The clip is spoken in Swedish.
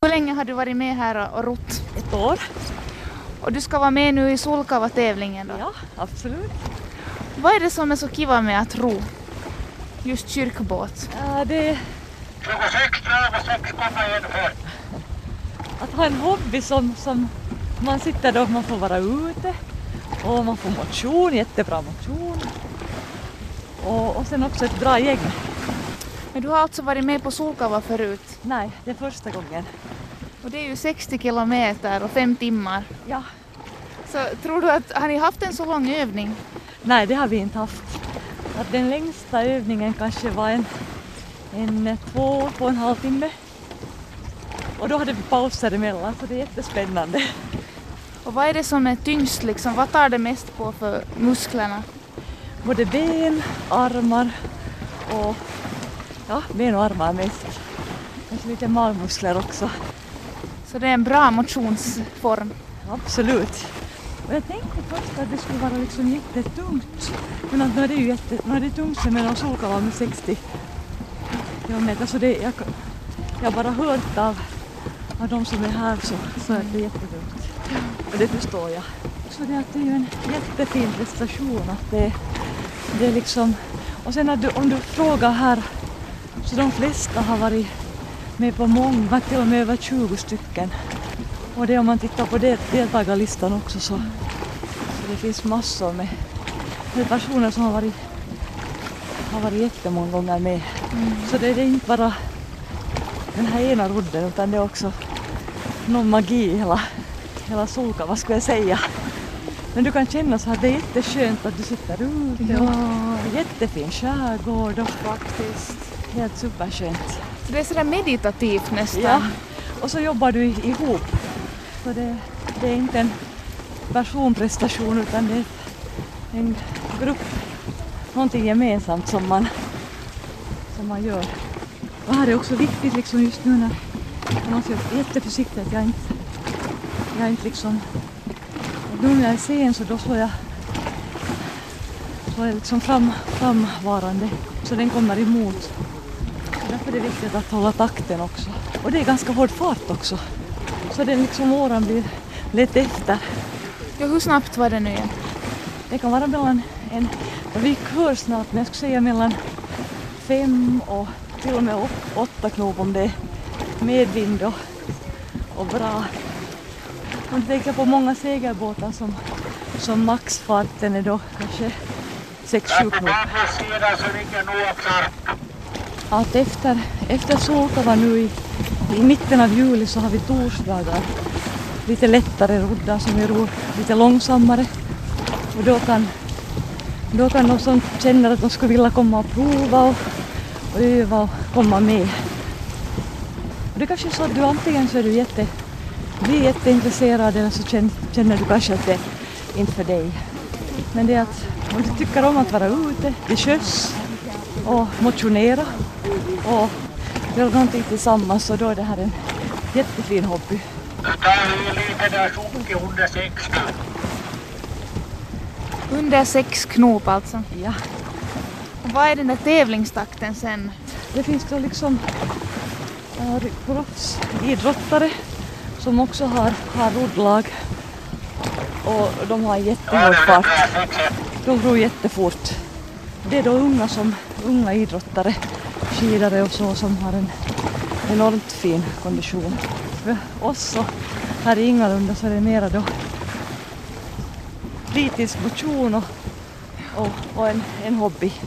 Hur länge har du varit med här och rott? Ett år. Och du ska vara med nu i Sulkava-tävlingen då? Ja, absolut. Vad är det som är så kiva med att ro? Just kyrkbåt. Det 26 komma igen för. att ha en hobby som man sitter då, man får vara ute och man får motion, jättebra motion. Och sen också ett bra gäng. Men du har alltså varit med på Sulkava förut? Nej, det är första gången. Och det är ju 60 kilometer och 5 timmar. Ja. Så tror du att, har ni haft en så lång övning? Nej, det har vi inte haft. Att den längsta övningen kanske var en 2,5 timme. Och då hade vi pauser emellan, så det är jättespännande. Och vad är det som är tyngst liksom? Vad tar det mest på för musklerna? Både ben, armar och ben och armar mest. Kanske lite magmuskler också. Så det är en bra motionsform. Absolut. Och jag tänkte först att det skulle vara liksom jättetungt. Men att nu är det ju nu är det tungt med någon Sulkava med 60 kilometer. Så det, jag har bara hört av de som är här så är det jättetungt. Och det förstår jag. Så det är ju en jättefin prestation att det är liksom. Och sen om du frågar här så de flesta har varit med på många, till och med över 20 stycken. Och det om man tittar på deltagarlistan också så det finns massor med personer som har varit jättemånga gånger med. Så det är inte bara den här ena rodden utan det är också någon magi i hela Sulkava skulle jag säga. Men du kan känna så att det är jätteskönt att du sitter ute och jättefin skärgård och Faktiskt. helt superskönt. Så det är sådär meditativt nästan. Ja, och så jobbar du ihop. Så det är inte en personprestation utan det är en grupp, någonting gemensamt som man gör. Och här är också viktigt liksom just nu när man ska vara jätteförsiktig att jag inte liksom, nu när jag är sen så då slår jag liksom framvarande så den kommer emot. Så därför är det viktigt att hålla takten också. Och det är ganska hård fart också. Så den liksom åran blir lätt efter. Ja, hur snabbt var det nu igen? Det kan vara mellan vi kör snabbt men jag skulle säga mellan 5 och till och med 8 knop om det är medvind och bra. Man tänker på många segelbåtar som maxfarten är då kanske 6-7 knop. Att efter Sulkava nu i mitten av juli så har vi torsdagar lite lättare roddar som vi ror lite långsammare. Och då kan de som känner att de skulle vilja komma och prova och öva och komma med. Och det kanske är så att du antingen så är du blir jätteintresserad eller så känner du kanske att det är inte för dig. Men det är att om du tycker om att vara ute till sjöss och motionera och göra någonting tillsammans så då är det här en jättefin hobby. Under 6 knop alltså. Ja. Och vad är den där tävlingstakten sen? Det finns då liksom proffsidrottare som också har roddlag och de har jättehård fart. De ror jättefort. Det är då unga idrottare, skidare och så som har en enormt fin kondition. För oss så här i Ingalunda så är det mera då fritidsmotion och en hobby.